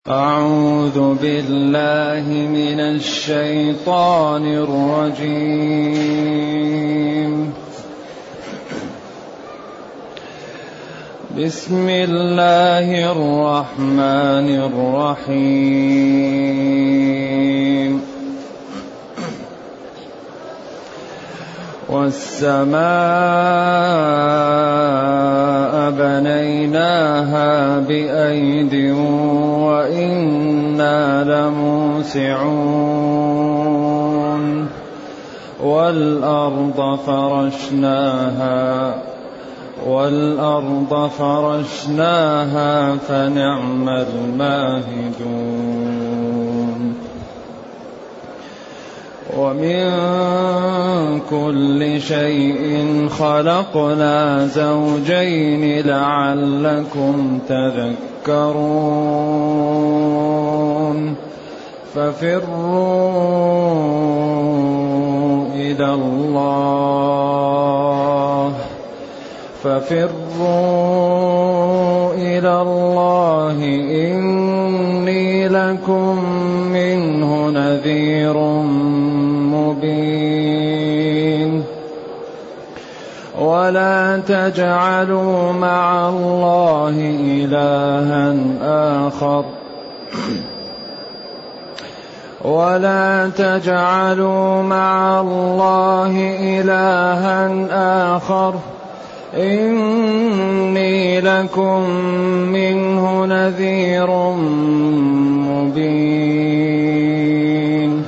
أعوذ بالله من الشيطان الرجيم. بسم الله الرحمن الرحيم. والسماء بنيناها بأيد وإنا لموسعون والأرض فرشناها فنعم الماهدون. ومن كل شيء خلقنا زوجين لعلكم تذكرون. ففروا إلى الله إني لكم منه نذير مبين. ولا تجعلوا مع الله إلها آخر إني لكم منه نذير مبين.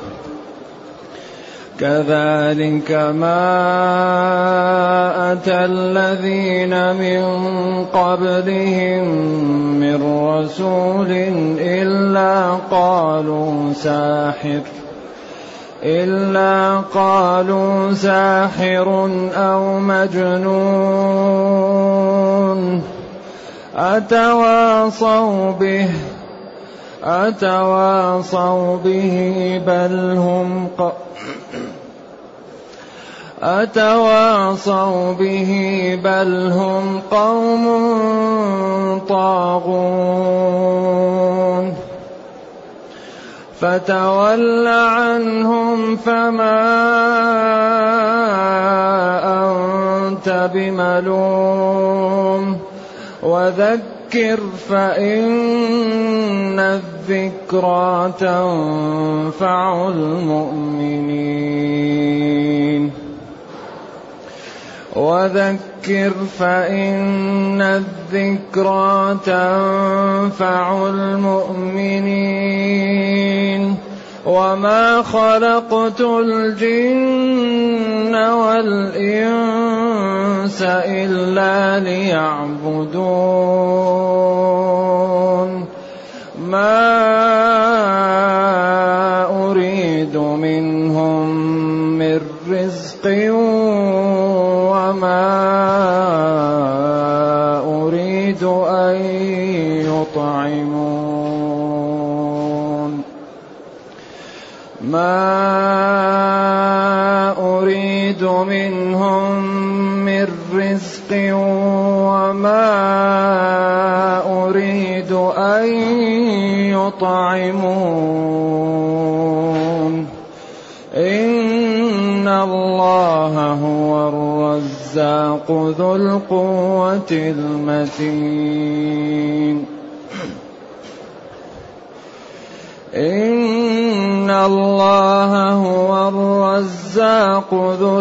كذلك ما أتى الذين من قبلهم من رسول إلا قالوا ساحر أو مجنون أتواصوا به بل هم قوم طاغون. فتول عنهم فما أنت بملوم وذكر فإن الذكرى تنفع المؤمنين. وما خلقت الجن والإنس إلا ليعبدون. ما أريد منهم من رزق وما أريد أن يطعمون. إن الله هو الرزاق ذو القوة المتين. إن الله هو الرزاق ذو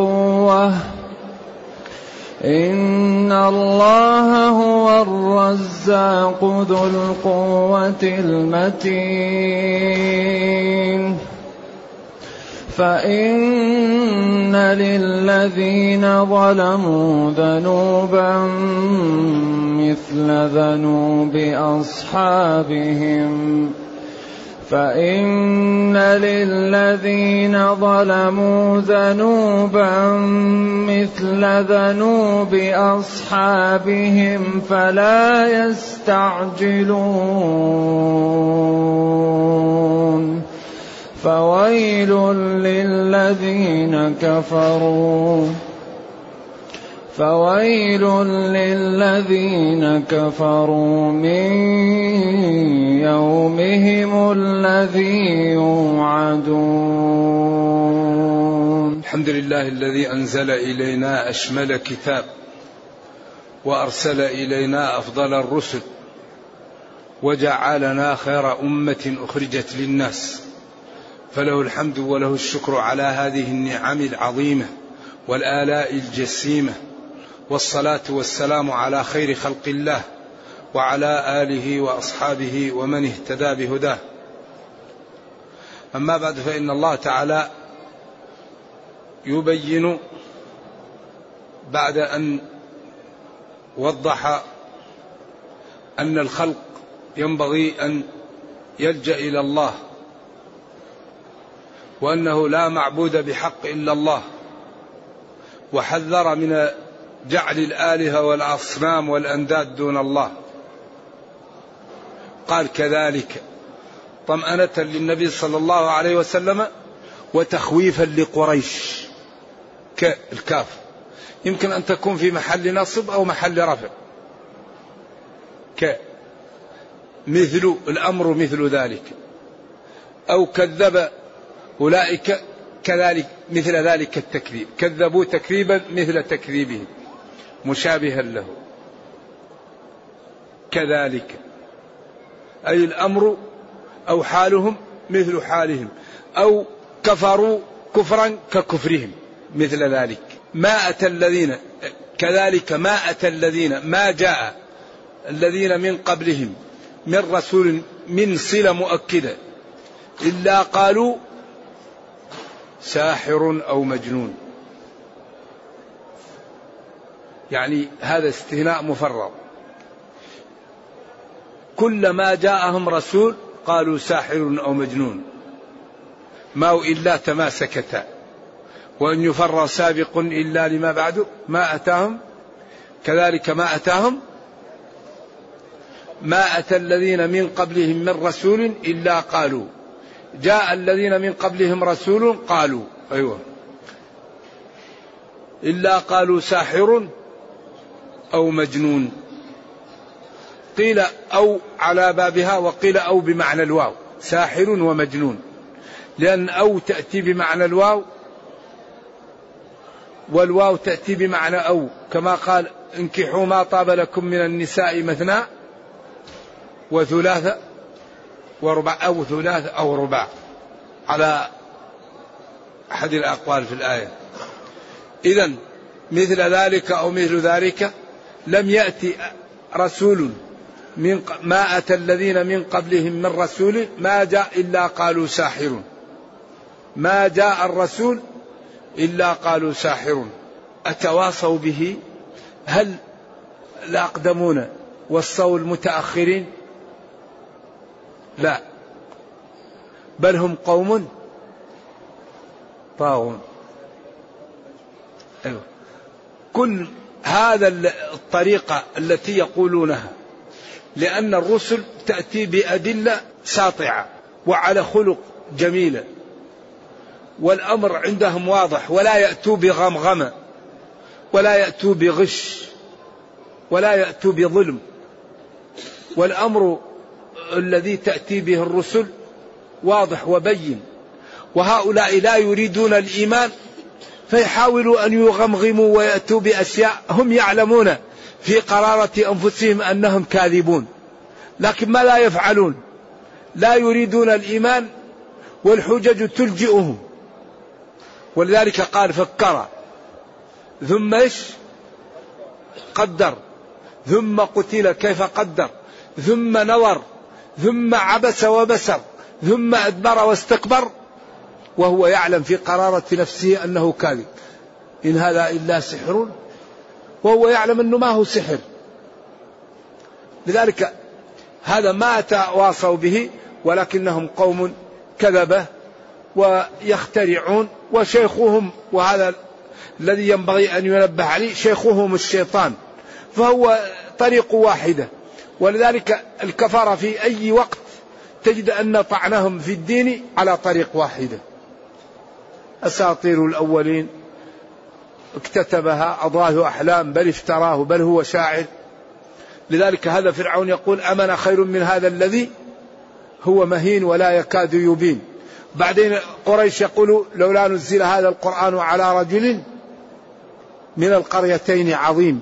القوة المتين. فإن للذين ظلموا ذنوبا مثل ذنوب أصحابهم فلا يستعجلون. فويل للذين كفروا من يومهم الذي يوعدون. الحمد لله الذي أنزل إلينا أشمل كتاب، وأرسل إلينا أفضل الرسل، وجعلنا خير أمة أخرجت للناس، فله الحمد وله الشكر على هذه النعم العظيمة والآلاء الجسيمة، والصلاة والسلام على خير خلق الله وعلى آله وأصحابه ومن اهتدى بهداه. أما بعد، فإن الله تعالى يبين بعد أن وضح أن الخلق ينبغي أن يلجأ إلى الله، وأنه لا معبود بحق إلا الله، وحذر من جعل الآلهة والأصنام والأنداد دون الله. قال كذلك طمأنة للنبي صلى الله عليه وسلم وتخويفا لقريش. الكاف يمكن أن تكون في محل نصب أو محل رفع. مثل الأمر مثل ذلك، أو كذب أولئك كذلك مثل ذلك التكذيب، كذبوا تكذيبا مثل تكذيبهم مشابها له. كذلك أي الأمر أو حالهم مثل حالهم، أو كفروا كفرا ككفرهم مثل ذلك. ما أتى الذين كذلك ما أتى الذين ما جاء الذين من قبلهم من رسول، من صلة مؤكدة، إلا قالوا ساحر أو مجنون. يعني هذا استثناء مفرط. كلما جاءهم رسول قالوا ساحر أو مجنون، ما إلا تماسكتا، وأن يفر سابق إلا لما بعد ما أتاهم. كذلك ما أتاهم ما أتى الذين من قبلهم من رسول إلا قالوا. جاء الذين من قبلهم رسول قالوا إلا قالوا ساحر أو مجنون. قيل أو على بابها، وقيل أو بمعنى الواو، ساحر ومجنون، لأن أو تأتي بمعنى الواو، والواو تأتي بمعنى أو، كما قال انكحوا ما طاب لكم من النساء مثنى وثلاث ورباع، أو ثلاث أو رباع على أحد الأقوال في الآية. إذن مثل ذلك أو مثل ذلك لم يأتي رسول ما أتى الذين من قبلهم من رسول ما جاء إلا قالوا ساحر. ما جاء الرسول إلا قالوا ساحر. أتواصوا به؟ هل الأقدمون وصوا المتأخرين؟ لا، بل هم قوم طاغون. كل هذا الطريقة التي يقولونها، لأن الرسل تأتي بأدلة ساطعة وعلى خلق جميلة، والأمر عندهم واضح، ولا يأتوا بغمغمة، ولا يأتوا بغش، ولا يأتوا بظلم. والأمر الذي تأتي به الرسل واضح وبين، وهؤلاء لا يريدون الإيمان فيحاولوا أن يغمغموا ويأتوا بأشياء هم يعلمون في قرارة أنفسهم أنهم كاذبون، لكن ما لا يفعلون، لا يريدون الإيمان والحجج تلجئهم. ولذلك قال فكر ثم قدر ثم قتل كيف قدر ثم نظر ثم عبس وبسر ثم أدبر واستكبر وهو يعلم في قرارة نفسه أنه كاذب. إن هذا إلا سحر، وهو يعلم أنه ما هو سحر. لذلك هذا ما تواصوا به، ولكنهم قوم كذبة ويخترعون. وشيخهم، وهذا الذي ينبغي أن ينبه عليه، شيخهم الشيطان، فهو طريق واحدة. ولذلك الكفار في أي وقت تجد أن طعنهم في الدين على طريق واحدة. أساطير الأولين اكتتبها، أضغاث أحلام، بل افتراه، بل هو شاعر. لذلك هذا فرعون يقول أمن خير من هذا الذي هو مهين ولا يكاد يبين. بعدين قريش يقولوا لولا نزل هذا القرآن على رجل من القريتين عظيم.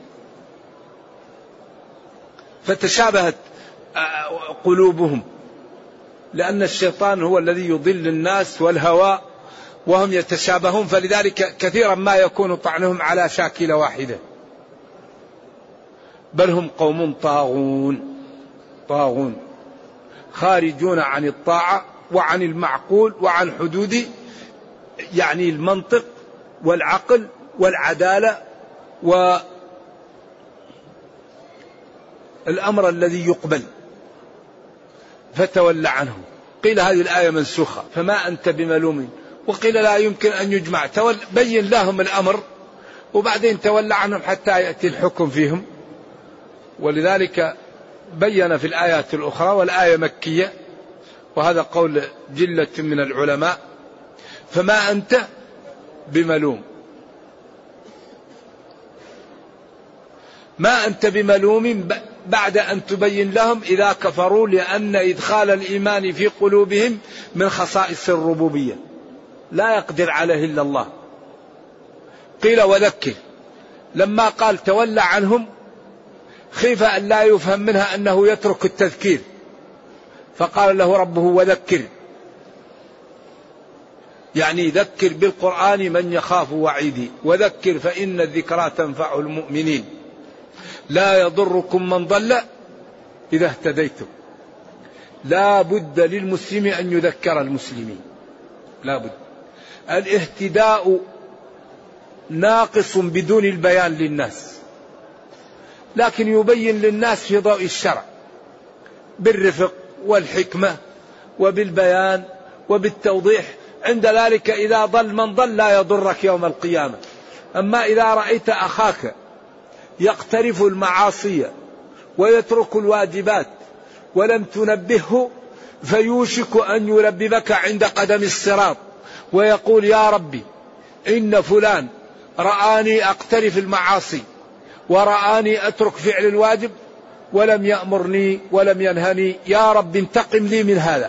فتشابهت قلوبهم، لأن الشيطان هو الذي يضل الناس والهوى وهم يتشابهون، فلذلك كثيرا ما يكون طعنهم على شاكلة واحدة. بل هم قوم طاغون خارجون عن الطاعة وعن المعقول وعن حدود يعني المنطق والعقل والعدالة والأمر الذي يقبل، فتولى عنهم. قيل هذه الآية منسوخة فما أنت بملوم، وقيل لا يمكن أن يجمع. بين لهم الأمر وبعدين تولى عنهم حتى يأتي الحكم فيهم. ولذلك بين في الآيات الأخرى، والآية مكية وهذا قول جلة من العلماء، فما أنت بملوم. ما أنت بملوم بعد أن تبين لهم إذا كفروا، لأن إدخال الإيمان في قلوبهم من خصائص الربوبية لا يقدر عليه إلا الله. قيل وذكر، لما قال تولى عنهم خيف أن لا يفهم منها أنه يترك التذكير، فقال له ربه وذكر، يعني ذكر بالقرآن من يخاف وعيدي، وذكر فإن الذكرى تنفع المؤمنين، لا يضركم من ضل إذا اهتديتم. لا بد للمسلم أن يذكر المسلمين، لا بد. الاهتداء ناقص بدون البيان للناس، لكن يبين للناس في ضوء الشرع بالرفق والحكمة وبالبيان وبالتوضيح. عند ذلك إذا ضل من ضل لا يضرك يوم القيامة. أما إذا رأيت أخاك يقترف المعاصي ويترك الواجبات ولم تنبهه، فيوشك أن يلببك عند قدم الصراط ويقول يا ربي إن فلان رآني أقترف المعاصي ورآني أترك فعل الواجب ولم يأمرني ولم ينهني، يا رب انتقم لي من هذا.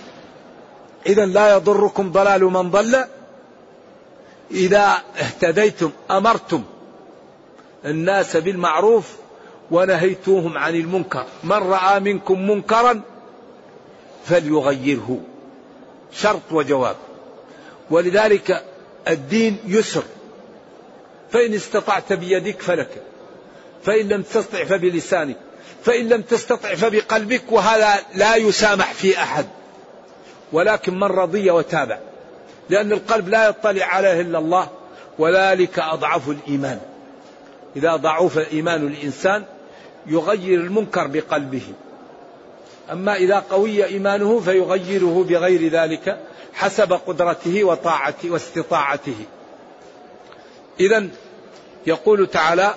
إذن لا يضركم ضلال من ضل إذا اهتديتم. أمرتم الناس بالمعروف ونهيتوهم عن المنكر. من رأى منكم منكرا فليغيره، شرط وجواب. ولذلك الدين يسر، فإن استطعت بيدك فلك، فإن لم تستطع فبلسانك، فإن لم تستطع فبقلبك، وهذا لا يسامح في أحد، ولكن من رضي وتابع، لأن القلب لا يطلع عليه إلا الله، وذلك أضعف الإيمان. إذا ضعف إيمان الإنسان يغير المنكر بقلبه، أما إذا قوي إيمانه فيغيره بغير ذلك حسب قدرته وطاعته واستطاعته. إذن يقول تعالى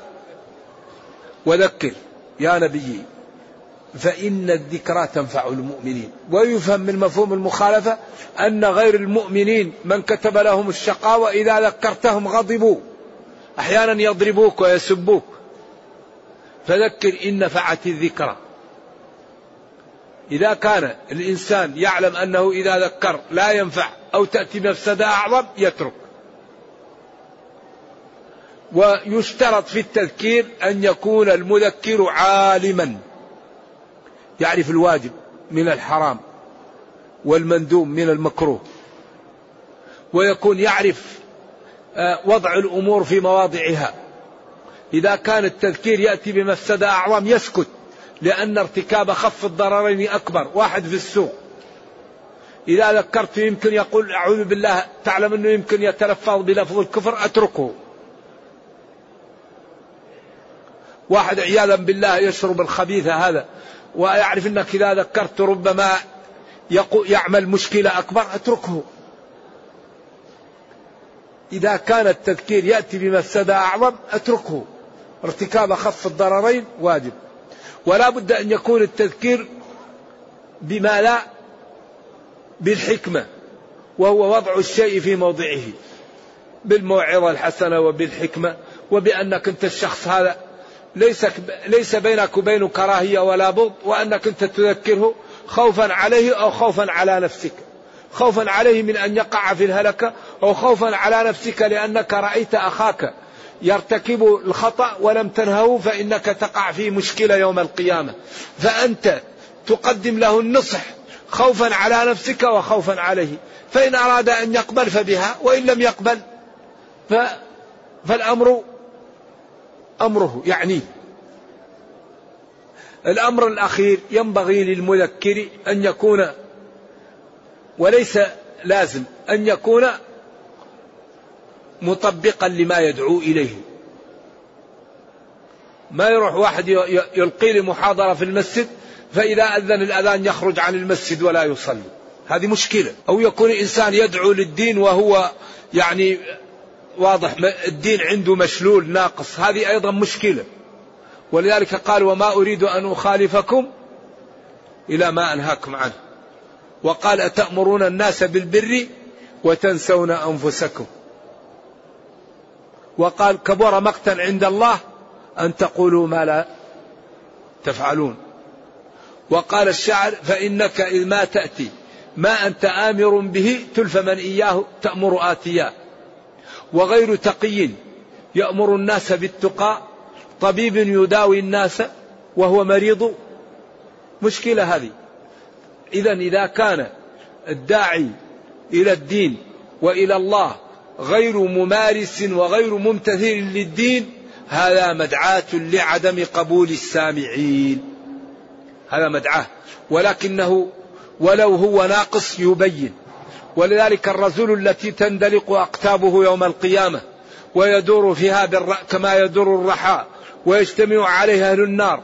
وذكر يا نبي فإن الذكرى تنفع المؤمنين. ويفهم من مفهوم المخالفة أن غير المؤمنين من كتب لهم الشقاء وإذا ذكرتهم غضبوا، أحيانا يضربوك ويسبوك، فذكر إن نفعت الذكرى. إذا كان الإنسان يعلم أنه إذا ذكر لا ينفع أو تأتي مفسدة أعظم يترك. ويشترط في التذكير أن يكون المذكر عالما، يعرف الواجب من الحرام والمندوب من المكروه، ويكون يعرف وضع الأمور في مواضعها. إذا كان التذكير يأتي بمفسدة أعظم يسكت، لأن ارتكاب خف الضررين أكبر. واحد في السوق إذا ذكرت يمكن يقول أعوذ بالله، تعلم أنه يمكن يتلفظ بلفظ الكفر، أتركه. واحد عياذا بالله يشرب الخبيث هذا ويعرف أنك إذا ذكرت ربما يعمل مشكلة أكبر، أتركه. إذا كان التذكير يأتي بمفسدة أعظم أتركه. ارتكاب خف الضررين واجب. ولا بد أن يكون التذكير بما لا بالحكمة، وهو وضع الشيء في موضعه بالموعظة الحسنة وبالحكمة، وبأنك أنت الشخص هذا ليس بينك وبينه كراهية ولا بغض، وأنك أنت تذكره خوفا عليه أو خوفا على نفسك. خوفا عليه من أن يقع في الهلكة، أو خوفا على نفسك لأنك رأيت أخاك يرتكب الخطأ ولم تنهه فإنك تقع في مشكلة يوم القيامة، فأنت تقدم له النصح خوفا على نفسك وخوفا عليه، فإن أراد أن يقبل فبها، وإن لم يقبل فالأمر أمره يعني. الأمر الأخير ينبغي للمذكر أن يكون، وليس لازم أن يكون مطبقا لما يدعو إليه. ما يروح واحد يلقي لي محاضرة في المسجد فإذا أذن الأذان يخرج عن المسجد ولا يصلي، هذه مشكلة. أو يكون إنسان يدعو للدين وهو يعني واضح الدين عنده مشلول ناقص، هذه أيضا مشكلة. ولذلك قال وما أريد أن أخالفكم إلى ما أنهاكم عنه. وقال أتأمرون الناس بالبر وتنسون أنفسكم. وقال كبر مقتا عند الله أن تقولوا ما لا تفعلون. وقال الشاعر فإنك إذ ما تأتي ما أنت آمر به تلف من إياه تأمر آتيا. وغير تقي يأمر الناس بالتقى طبيب يداوي الناس وهو مريض. مشكلة هذه. إذا كان الداعي إلى الدين وإلى الله غير ممارس وغير ممتثل للدين، هذا مدعاة لعدم قبول السامعين، هذا مدعاة. ولكنه ولو هو ناقص يبين. ولذلك الرجل التي تندلق أقتابه يوم القيامة ويدور فيها كما يدور الرحى ويجتمع عليها أهل النار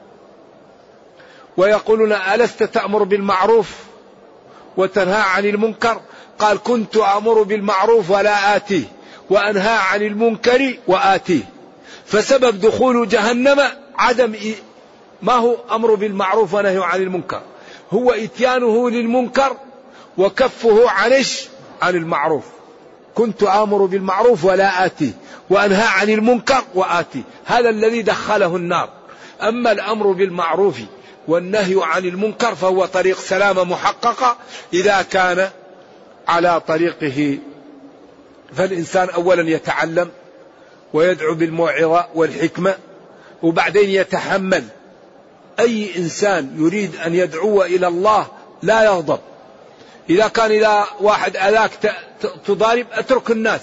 ويقولون ألست تأمر بالمعروف وتنهى عن المنكر؟ قال كنت أمر بالمعروف ولا آتيه وأنهى عن المنكر وآتيه. فسبب دخول جهنم عدم ما هو أمر بالمعروف ونهي عن المنكر، هو إتيانه للمنكر وكفه عن المعروف. كنت آمر بالمعروف ولا آتيه وأنهى عن المنكر وآتيه، هذا الذي دخله النار. أما الأمر بالمعروف والنهي عن المنكر فهو طريق سلامة محققة إذا كان على طريقه. فالإنسان أولا يتعلم ويدعو بالموعظة والحكمة، وبعدين يتحمل. أي إنسان يريد أن يدعو إلى الله لا يغضب. إذا واحد أذاك تضارب أترك الناس.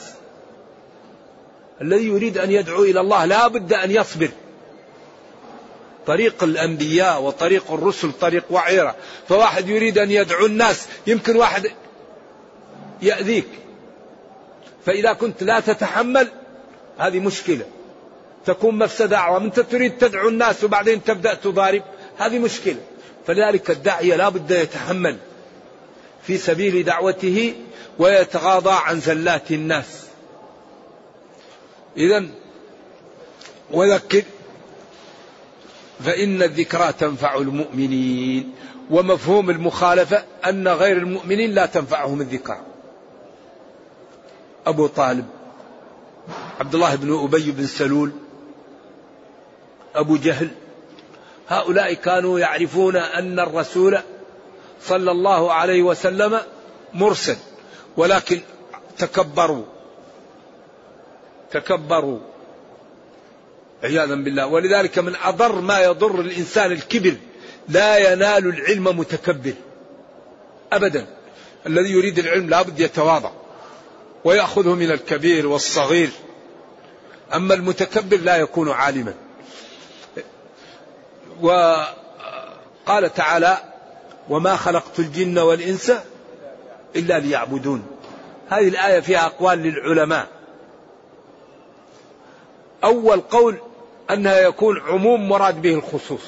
الذي يريد أن يدعو إلى الله لا بد أن يصبر. طريق الأنبياء وطريق الرسل طريق وعيرة. فواحد يريد أن يدعو الناس يمكن واحد يأذيك، فإذا كنت لا تتحمل هذه مشكلة، تكون مفسدة أعظم. أنت تريد تدعو الناس وبعدين تبدأ تضارب، هذه مشكلة. فلذلك الداعية لا بد يتحمل في سبيل دعوته ويتغاضى عن زلات الناس. إذن وذكر فإن الذكرى تنفع المؤمنين. ومفهوم المخالفة أن غير المؤمنين لا تنفعهم الذكرى. أبو طالب، عبد الله بن أبي بن سلول، أبو جهل، هؤلاء كانوا يعرفون أن الرسول صلى الله عليه وسلم مرسل، ولكن تكبروا عياذا بالله. ولذلك من أضر ما يضر الإنسان الكبر، لا ينال العلم متكبر أبدا. الذي يريد العلم لا بد يتواضع ويأخذه من الكبير والصغير، أما المتكبر لا يكون عالما. وقال تعالى وما خلقت الجن والإنس إلا ليعبدون. هذه الآية فيها أقوال للعلماء. أول قول أنها يكون عموم مراد به الخصوص،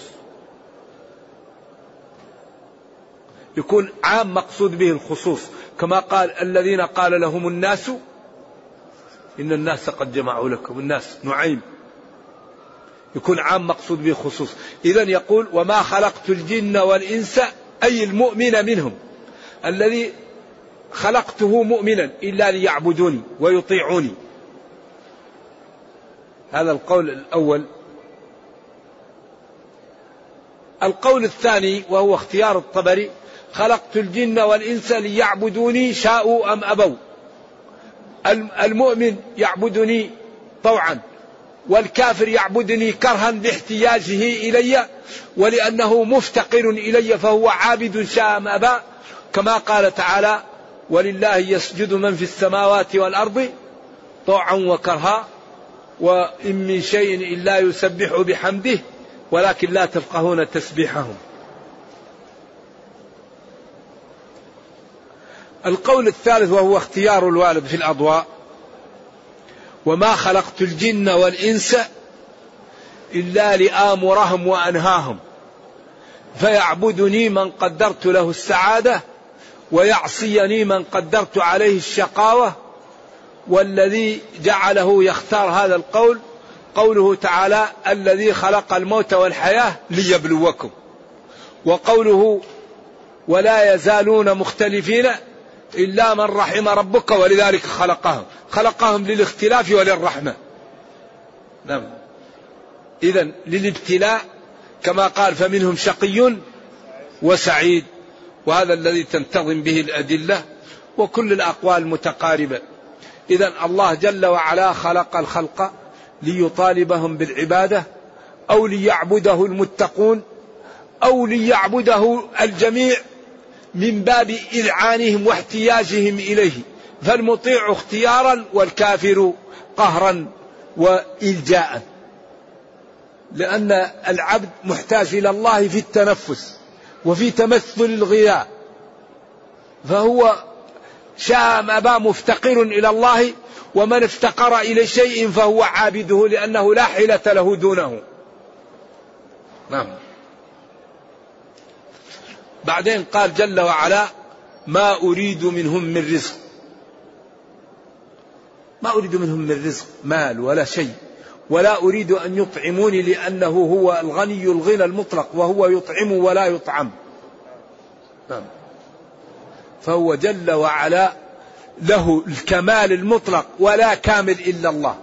يكون عام مقصود به الخصوص، كما قال الذين قال لهم الناس إن الناس قد جمعوا لكم. الناس نعيم، يكون عام مقصود به الخصوص. إذن يقول وما خلقت الجن والإنس أي المؤمن منهم، الذي خلقته مؤمنا إلا ليعبدوني ويطيعوني. هذا القول الأول. القول الثاني وهو اختيار الطبري: خلقت الجن والإنس ليعبدوني شاءوا أم أبوا. المؤمن يعبدني طوعا، والكافر يعبدني كرها باحتياجه إلي، ولأنه مفتقر إلي فهو عابد شاء أم أبى، كما قال تعالى: ولله يسجد من في السماوات والأرض طوعا وكرها وإن من شيء إلا يسبح بحمده ولكن لا تفقهون تسبيحهم. القول الثالث وهو اختيار الوالد في الأضواء: وما خلقت الجن والإنس إلا لآمرهم وأنهاهم فيعبدني من قدرت له السعادة ويعصيني من قدرت عليه الشقاوة. والذي جعله يختار هذا القول قوله تعالى: الذي خلق الموت والحياة ليبلوكم، وقوله: ولا يزالون مختلفين إلا من رحم ربك ولذلك خلقهم للاختلاف وللرحمة. نعم. إذن للابتلاء كما قال: فمنهم شقي وسعيد، وهذا الذي تنتظم به الأدلة، وكل الأقوال متقاربة. إذن الله جل وعلا خلق الخلق ليطالبهم بالعبادة، أو ليعبده المتقون، أو ليعبده الجميع من باب إذعانهم واحتياجهم إليه، فالمطيع اختيارا والكافر قهرا وإلجاء، لأن العبد محتاج إلى الله في التنفس وفي تمثل الغذاء، فهو شاء ما با مفتقر إلى الله، ومن افتقر إلى شيء فهو عابده لأنه لا حيلة له دونه. نعم. بعدين قال جل وعلا: ما أريد منهم من رزق. ما أريد منهم من رزق مال ولا شيء، ولا أريد أن يطعموني، لأنه هو الغني الغنى المطلق، وهو يطعم ولا يطعم. نعم. فهو جل وعلا له الكمال المطلق، ولا كامل إلا الله،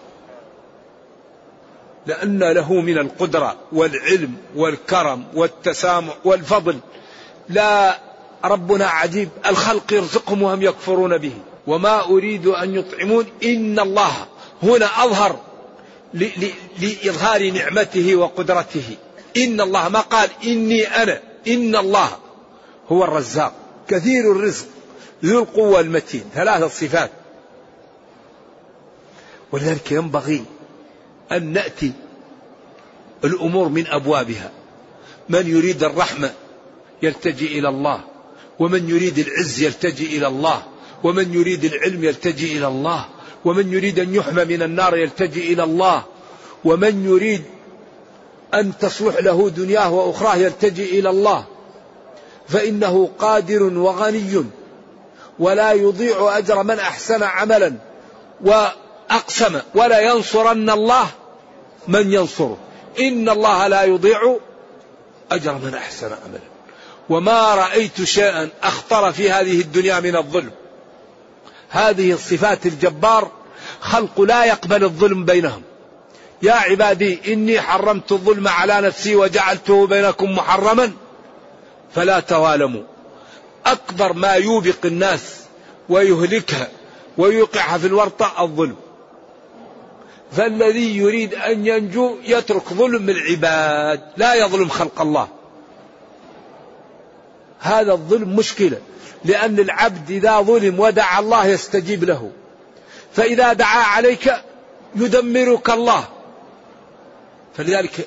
لأن له من القدرة والعلم والكرم والتسامح والفضل. لا، ربنا عجيب، الخلق يرزقهم وهم يكفرون به. وما أريد أن يطعمون، إن الله هنا أظهر لإظهار نعمته وقدرته. إن الله، ما قال إني أنا، إن الله هو الرزاق كثير الرزق ذو القوة المتين، ثلاثة صفات. ولذلك ينبغي أن نأتي الأمور من أبوابها. من يريد الرحمة يلتجئ إلى الله، ومن يريد العز يلتجئ إلى الله، ومن يريد العلم يلتجئ إلى الله، ومن يريد أن يحمى من النار يلتجئ إلى الله، ومن يريد أن تصلح له دنياه وأخراه يلتجئ إلى الله، فإنه قادر وغني ولا يضيع أجر من أحسن عملا، وأقسم: ولا ينصرن الله من ينصره، إن الله لا يضيع أجر من أحسن عملا. وما رأيت شيئا أخطر في هذه الدنيا من الظلم. هذه الصفات الجبار، خلق لا يقبل الظلم بينهم. يا عبادي إني حرمت الظلم على نفسي وجعلته بينكم محرما فلا توالموا. أكبر ما يوبق الناس ويهلكها ويوقعها في الورطة الظلم. فالذي يريد أن ينجو يترك ظلم العباد، لا يظلم خلق الله. هذا الظلم مشكلة، لأن العبد إذا ظلم ودعا الله يستجيب له، فإذا دعا عليك يدمرك الله. فلذلك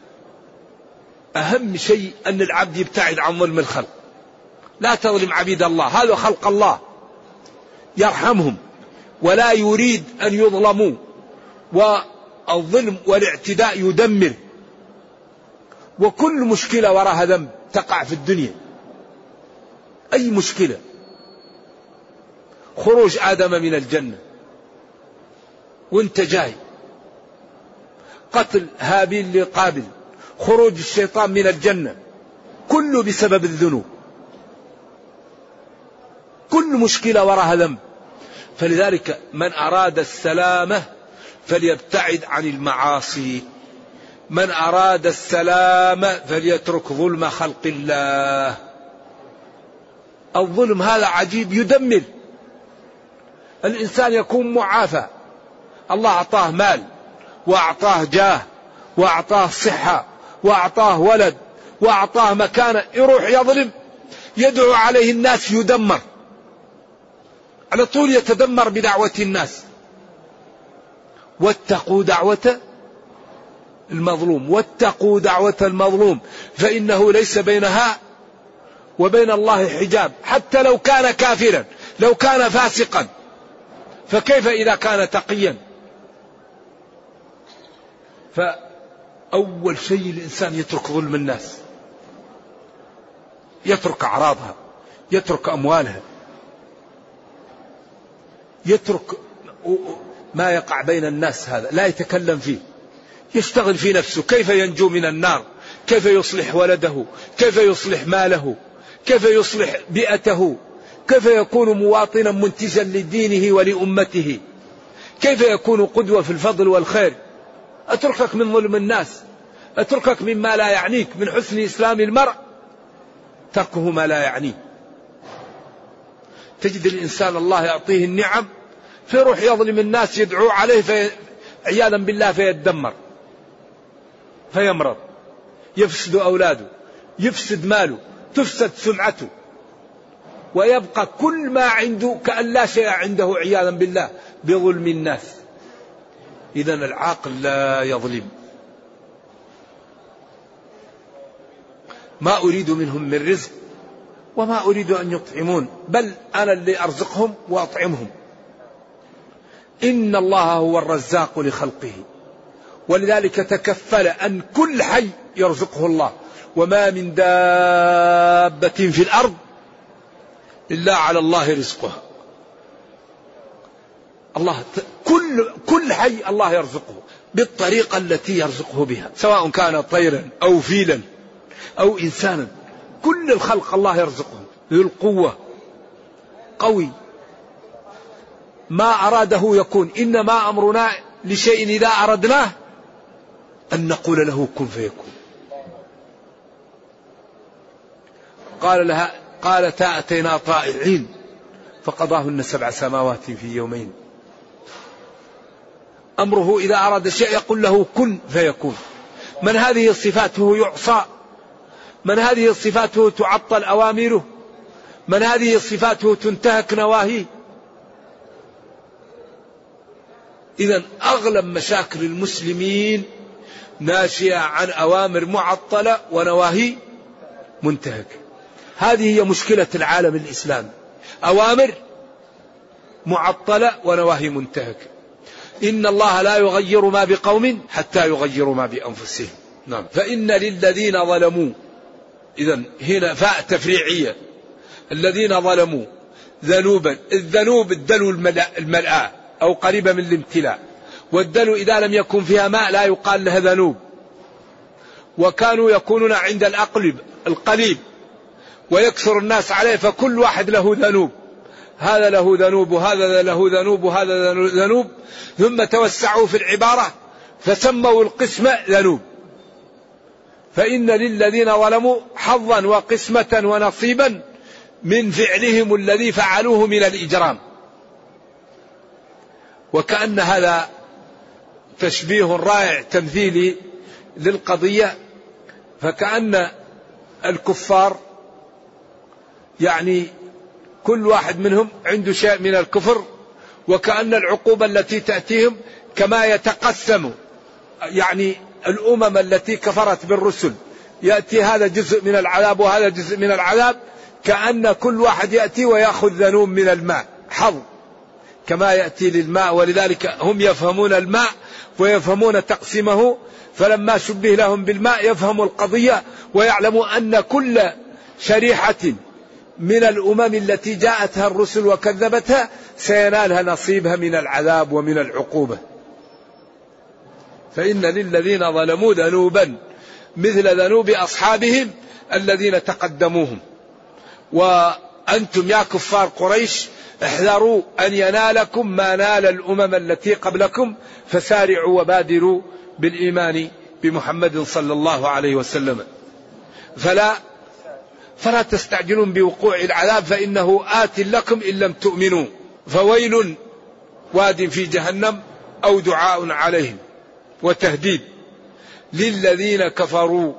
أهم شيء أن العبد يبتعد عن ظلم الخلق. لا تظلم عبيد الله، هذا خلق الله، يرحمهم ولا يريد أن يظلموا. والظلم والاعتداء يدمر. وكل مشكلة وراها ذنب تقع في الدنيا، أي مشكلة، خروج آدم من الجنة وانت جاي، قتل هابيل لقابل، خروج الشيطان من الجنة، كله بسبب الذنوب. كل مشكلة وراها ذنب. فلذلك من أراد السلامة فليبتعد عن المعاصي، من أراد السلام فليترك ظلم خلق الله. الظلم هذا عجيب، يدمر الإنسان، يكون معافى، الله أعطاه مال وأعطاه جاه وأعطاه صحة وأعطاه ولد وأعطاه مكانة، يروح يظلم، يدعو عليه الناس، يدمر على طول، يتدمر بدعوة الناس. واتقوا دعوة المظلوم، واتقوا دعوة المظلوم فإنه ليس بينها وبين الله حجاب، حتى لو كان كافرا، لو كان فاسقا، فكيف إذا كان تقيا؟ فأول شيء الإنسان يترك ظلم الناس، يترك أعراضها، يترك أموالها، يترك ما يقع بين الناس، هذا لا يتكلم فيه، يشتغل في نفسه، كيف ينجو من النار، كيف يصلح ولده، كيف يصلح ماله، كيف يصلح بيئته، كيف يكون مواطنا منتجا لدينه ولأمته، كيف يكون قدوة في الفضل والخير. أتركك من ظلم الناس، أتركك مما لا يعنيك. من حسن إسلام المرء تركه ما لا يعنيه. تجد الإنسان الله يعطيه النعم فيروح يظلم الناس، يدعو عليه عياذا بالله فيتدمر، فيمرض، يفسد أولاده، يفسد ماله، تفسد سمعته، ويبقى كل ما عنده كأن لا شيء عنده عياذا بالله بظلم الناس. إذن العاقل لا يظلم. ما أريد منهم من رزق وما أريد أن يطعمون، بل أنا اللي أرزقهم وأطعمهم. إن الله هو الرزاق لخلقه، ولذلك تكفل أن كل حي يرزقه الله، وما من دابة في الأرض إلا على الله رزقها. الله كل حي الله يرزقه بالطريقة التي يرزقه بها، سواء كان طيرا أو فيلا أو إنسانا، كل الخلق الله يرزقه ذو القوة، قوي، ما أراده يكون. إنما أمرنا لشيء إذا أردناه أن نقول له كن فيكون. قالتا أتينا طائعين فقضاهن 7 سماوات في يومين. أمره إذا أراد شيء يقول له كن فيكون. من هذه صفاته يعصى، من هذه صفاته تعطل أوامره، من هذه صفاته تنتهك نواهيه. إذن أغلب مشاكل المسلمين ناشئة عن أوامر معطلة ونواهي منتهكة. هذه هي مشكلة العالم الإسلامي، أوامر معطلة ونواهي منتهكة. إن الله لا يغير ما بقوم حتى يغيروا ما بأنفسهم. نعم. فإن للذين ظلموا، إذن هنا فاء تفريعية، الذين ظلموا ذنوبا. الذنوب الدلو الملآ أو قريبة من الامتلاء، والدلو إذا لم يكن فيها ماء لا يقال لها ذنوب. وكانوا يكونون عند القليب ويكثر الناس عليه، فكل واحد له ذنوب، هذا له ذنوب وهذا له ذنوب وهذا ذنوب، ثم توسعوا في العبارة فسموا القسمة ذنوب. فإن للذين ظلموا حظا وقسمة ونصيبا من فعلهم الذي فعلوه من الإجرام. وكأن هذا تشبيه رائع تمثيلي للقضية. فكأن الكفار يعني كل واحد منهم عنده شيء من الكفر، وكأن العقوبة التي تأتيهم كما يتقسم يعني الأمم التي كفرت بالرسل، يأتي هذا جزء من العذاب وهذا جزء من العذاب، كأن كل واحد يأتي ويأخذ ذنوب من الماء حظ كما يأتي للماء. ولذلك هم يفهمون الماء ويفهمون تقسيمه، فلما شبه لهم بالماء يفهموا القضية ويعلموا أن كل شريحة من الأمم التي جاءتها الرسل وكذبتها سينالها نصيبها من العذاب ومن العقوبة. فإن للذين ظلموا ذنوبا مثل ذنوب أصحابهم الذين تقدموهم. وأنتم يا كفار قريش احذروا أن ينالكم ما نال الأمم التي قبلكم، فسارعوا وبادروا بالإيمان بمحمد صلى الله عليه وسلم. فلا تستعجلون بوقوع العذاب فإنه آت لكم إن لم تؤمنوا. فويل واد في جهنم أو دعاء عليهم وتهديد للذين كفروا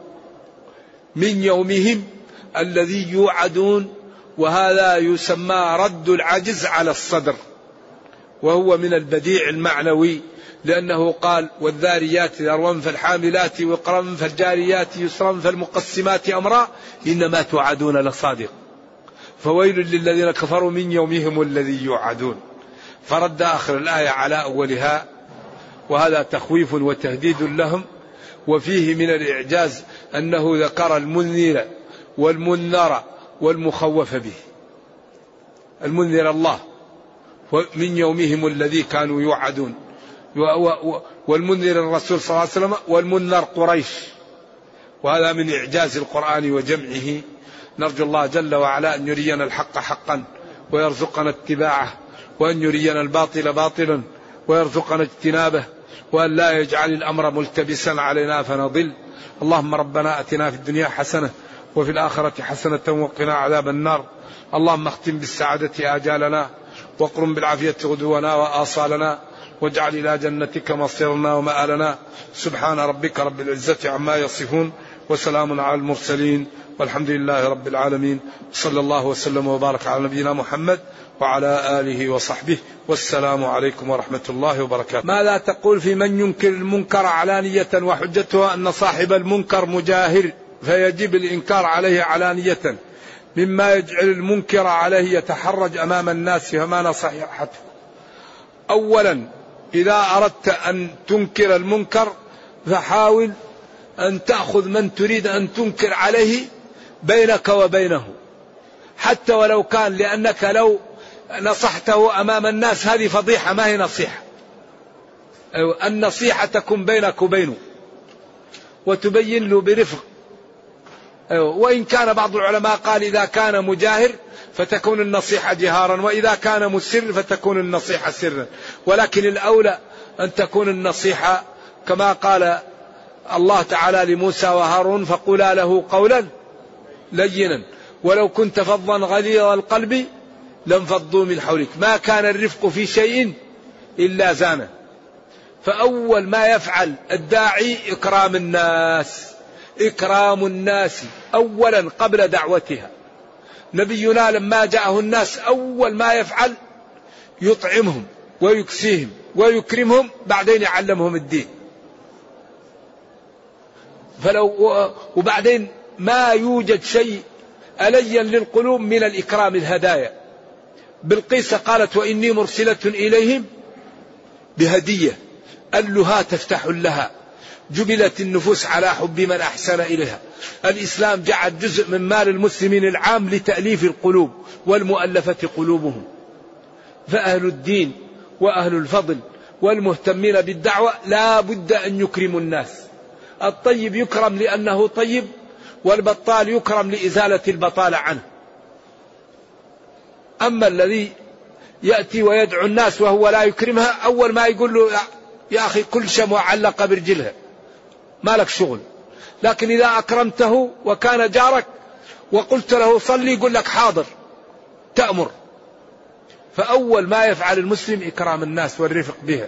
من يومهم الذي يوعدون. وهذا يسمى رد العجز على الصدر، وهو من البديع المعنوي، لأنه قال والذاريات ذروا فالحاملات وقرا فالجاريات يسرا فالمقسمات أمرا إنما توعدون لصادق. فويل للذين كفروا من يومهم الذي يوعدون. فرد آخر الآية على أولها، وهذا تخويف وتهديد لهم. وفيه من الإعجاز أنه ذكر المنذر والمنذر والمخوف به. المنذر الله من يومهم الذي كانوا يوعدون، والمنذر الرسول صلى الله عليه وسلم، والمنذر قريش. وهذا من إعجاز القرآن وجمعه. نرجو الله جل وعلا أن يرينا الحق حقا ويرزقنا اتباعه، وأن يرينا الباطل باطلا ويرزقنا اجتنابه، وأن لا يجعل الأمر ملتبسا علينا فنضل. اللهم ربنا أتنا في الدنيا حسنة وفي الآخرة حسنة وقنا عذاب النار. اللهم اختم بالسعادة آجالنا، واقرم بالعافية غدونا وآصالنا، واجعل إلى جنتك مصيرنا ومآلنا. سبحان ربك رب العزة عما يصفون، وسلام على المرسلين، والحمد لله رب العالمين. صلى الله وسلم وبارك على نبينا محمد وعلى آله وصحبه، والسلام عليكم ورحمة الله وبركاته. ماذا تقول في من ينكر المنكر علانية وحجته أن صاحب المنكر مجاهر فيجب الإنكار عليه علانية، مما يجعل المنكر عليه يتحرج أمام الناس، فما نصيحته؟ أولا، إذا أردت أن تنكر المنكر فحاول أن تأخذ من تريد أن تنكر عليه بينك وبينه، حتى ولو كان، لأنك لو نصحته أمام الناس هذه فضيحة، ما هي نصيحة. النصيحة تكون بينك وبينه وتبين له برفق. وإن كان بعض العلماء قال إذا كان مجاهر فتكون النصيحة جهارا، وإذا كان مسر فتكون النصيحة سرا. ولكن الأولى أن تكون النصيحة كما قال الله تعالى لموسى وهارون فقولا له قولا لينا ولو كنت فظا غليظ القلب لانفضوا من حولك. ما كان الرفق في شيء إلا زانه. فأول ما يفعل الداعي إكرام الناس، إكرام الناس أولا قبل دعوتها. نبينا لما جاءه الناس أول ما يفعل يطعمهم ويكسيهم ويكرمهم، بعدين يعلمهم الدين. وبعدين ما يوجد شيء أليا للقلوب من الإكرام الهدايا. بلقيس قالت وإني مرسلة إليهم بهدية ألها تفتح لها، جبلت النفوس على حب من أحسن إليها. الإسلام جعل جزء من مال المسلمين العام لتأليف القلوب والمؤلفة قلوبهم. فأهل الدين وأهل الفضل والمهتمين بالدعوة لا بد أن يكرموا الناس. الطيب يكرم لأنه طيب، والبطال يكرم لإزالة البطالة عنه. أما الذي يأتي ويدعو الناس وهو لا يكرمها، أول ما يقول له يا أخي كل شموع علق برجلها ما لك شغل. لكن إذا أكرمته وكان جارك وقلت له صلي يقول لك حاضر تأمر. فأول ما يفعل المسلم إكرام الناس والرفق بها.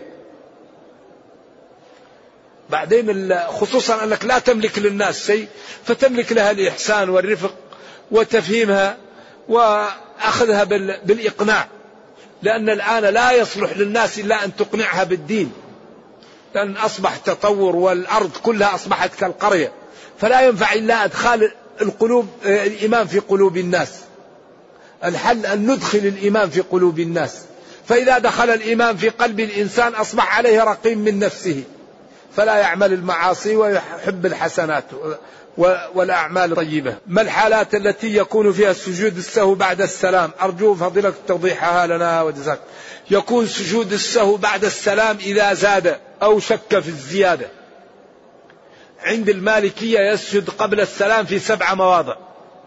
بعدين خصوصا أنك لا تملك للناس شيء، فتملك لها الإحسان والرفق وتفهيمها وأخذها بالإقناع. لأن الآن لا يصلح للناس إلا أن تقنعها بالدين، لأن أصبح تطور والأرض كلها أصبحت كالقرية، فلا ينفع إلا أدخال الإيمان في قلوب الناس. الحل أن ندخل الإيمان في قلوب الناس. فإذا دخل الإيمان في قلب الإنسان أصبح عليه رقيم من نفسه، فلا يعمل المعاصي ويحب الحسنات والأعمال الطيبة. ما الحالات التي يكون فيها السجود السهو بعد السلام؟ أرجو فضيلة توضيحها لنا وجزاك. يكون سجود السهو بعد السلام إذا زاد أو شك في الزيادة. عند المالكية يسجد قبل السلام في 7 مواضع،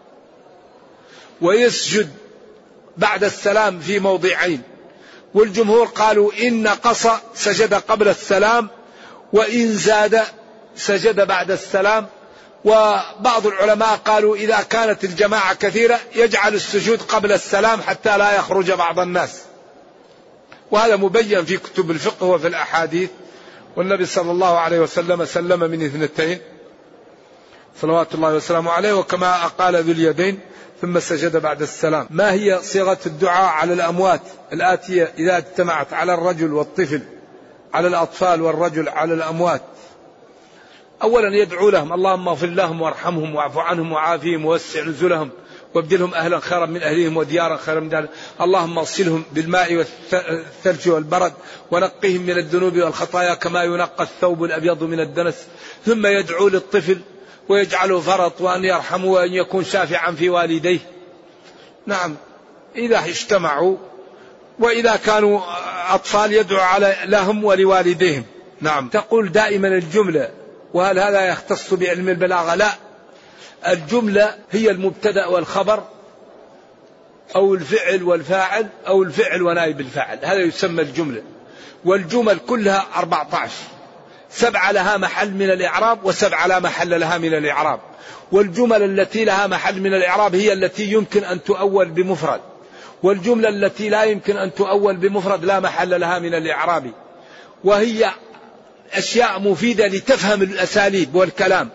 ويسجد بعد السلام في موضعين. والجمهور قالوا إن نقص سجد قبل السلام، وإن زاد سجد بعد السلام. وبعض العلماء قالوا إذا كانت الجماعة كثيرة يجعل السجود قبل السلام حتى لا يخرج بعض الناس، وهذا مبين في كتب الفقه وفي الأحاديث. والنبي صلى الله عليه وسلم سلم من 2 صلوات الله وسلامه عليه، وكما قال ذو اليدين ثم سجد بعد السلام. ما هي صيغة الدعاء على الأموات الآتية إذا اجتمعت على الرجل والطفل، على الأطفال والرجل على الأموات؟ أولا يدعو لهم: اللهم اغفر لهم وارحمهم واعف عنهم وعافهم ووسع نزلهم وابدلهم أهلا خيرا من أهلهم وديارا خيرا من دارهم، اللهم اغسلهم بالماء والثلج والبرد ونقهم من الذنوب والخطايا كما ينقى الثوب الأبيض من الدنس. ثم يدعو للطفل ويجعله فرط، وأن يرحمه وأن يكون شافعا في والديه. نعم إذا اجتمعوا، وإذا كانوا أطفال يدعو لهم ولوالديهم. نعم. تقول دائما الجملة، وهل هذا يختص بعلم البلاغة؟ لا، الجملة هي المبتدأ والخبر أو الفعل والفاعل أو الفعل ونائب الفاعل، هذا يسمى الجملة. والجمل كلها 14، 7 لها محل من الإعراب و7 لا محل لها من الإعراب. والجمل التي لها محل من الإعراب هي التي يمكن أن تؤول بمفرد، والجملة التي لا يمكن أن تؤول بمفرد لا محل لها من الإعراب. وهي أشياء مفيدة لتفهم الأساليب والكلام.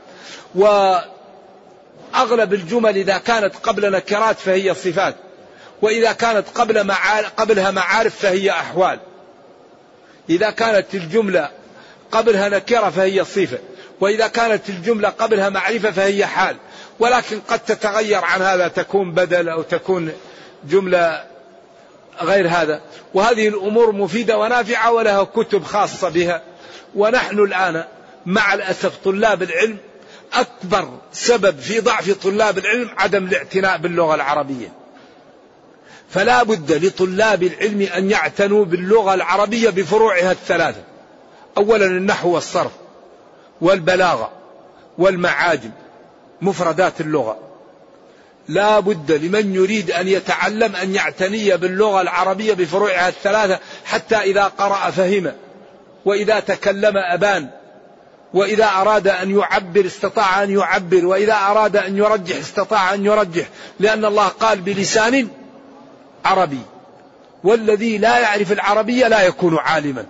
وأغلب الجمل إذا كانت قبل نكرات فهي صفات، وإذا كانت قبلها معارف فهي أحوال. إذا كانت الجملة قبلها نكرة فهي صفة، وإذا كانت الجملة قبلها معرفة فهي حال. ولكن قد تتغير عن هذا، تكون بدل أو تكون جملة غير هذا. وهذه الأمور مفيدة ونافعة ولها كتب خاصة بها. ونحن الآن مع الأسف طلاب العلم أكبر سبب في ضعف طلاب العلم عدم الاعتناء باللغة العربية. فلا بد لطلاب العلم أن يعتنوا باللغة العربية بفروعها 3: أولا النحو والصرف والبلاغة والمعاجم، مفردات اللغة. لا بد لمن يريد أن يتعلم أن يعتني باللغة العربية بفروعها 3، حتى إذا قرأ فهم، وإذا تكلم أبان، وإذا أراد أن يعبر استطاع أن يعبر، وإذا أراد أن يرجح استطاع أن يرجح، لأن الله قال بلسان عربي. والذي لا يعرف العربية لا يكون عالما.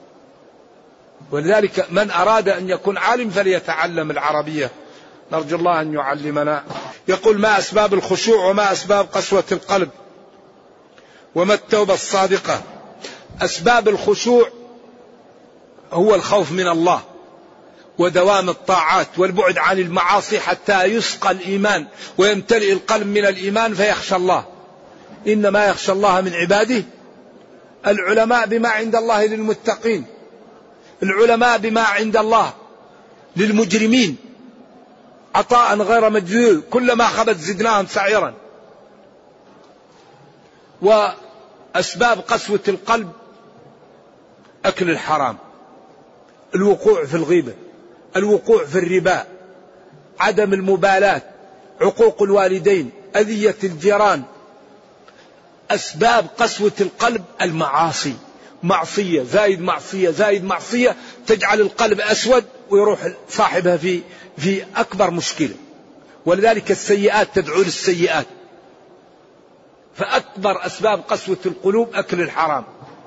ولذلك من أراد أن يكون عالم فليتعلم العربية. نرجو الله أن يعلمنا. يقول: ما أسباب الخشوع وما أسباب قسوة القلب وما التوبة الصادقة؟ أسباب الخشوع هو الخوف من الله ودوام الطاعات والبعد عن المعاصي حتى يسقى الإيمان ويمتلئ القلب من الإيمان فيخشى الله. إنما يخشى الله من عباده العلماء بما عند الله للمتقين، العلماء بما عند الله للمجرمين عطاء غير مجذوذ، كلما خبت زدناهم سعيرا. وأسباب قسوة القلب: أكل الحرام، الوقوع في الغيبة، الوقوع في الربا، عدم المبالاة، عقوق الوالدين، أذية الجيران. أسباب قسوة القلب المعاصي، معصية زايد معصية زايد معصية تجعل القلب أسود ويروح صاحبها في أكبر مشكلة. ولذلك السيئات تدعو للسيئات. فأكبر أسباب قسوة القلوب أكل الحرام.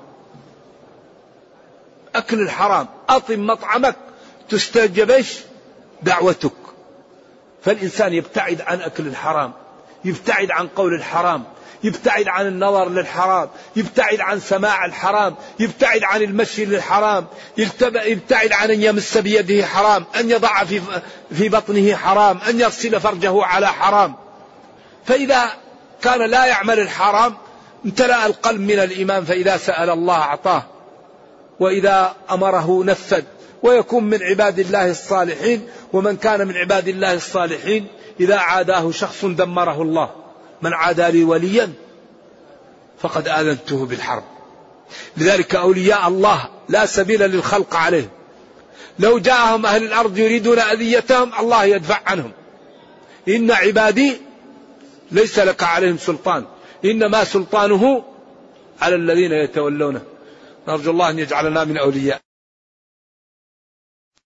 أكل الحرام، أطم مطعمك تستجبش دعوتك. فالإنسان يبتعد عن أكل الحرام، يبتعد عن قول الحرام، يبتعد عن النظر للحرام، يبتعد عن سماع الحرام، يبتعد عن المشي للحرام، يبتعد عن أن يمس بيده حرام، أن يضع في بطنه حرام، أن يغسل فرجه على حرام. فإذا كان لا يعمل الحرام امتلأ القلب من الإيمان، فإذا سأل الله أعطاه، وإذا أمره نفذ، ويكون من عباد الله الصالحين. ومن كان من عباد الله الصالحين إذا عاداه شخص دمره الله. من عادى لي وليا فقد آذنته بالحرب. لذلك أولياء الله لا سبيل للخلق عليهم. لو جاءهم أهل الأرض يريدون أذيتهم الله يدفع عنهم. إن عبادي ليس لك عليهم سلطان، إنما سلطانه على الذين يتولونه. نرجو الله أن يجعلنا من أولياء.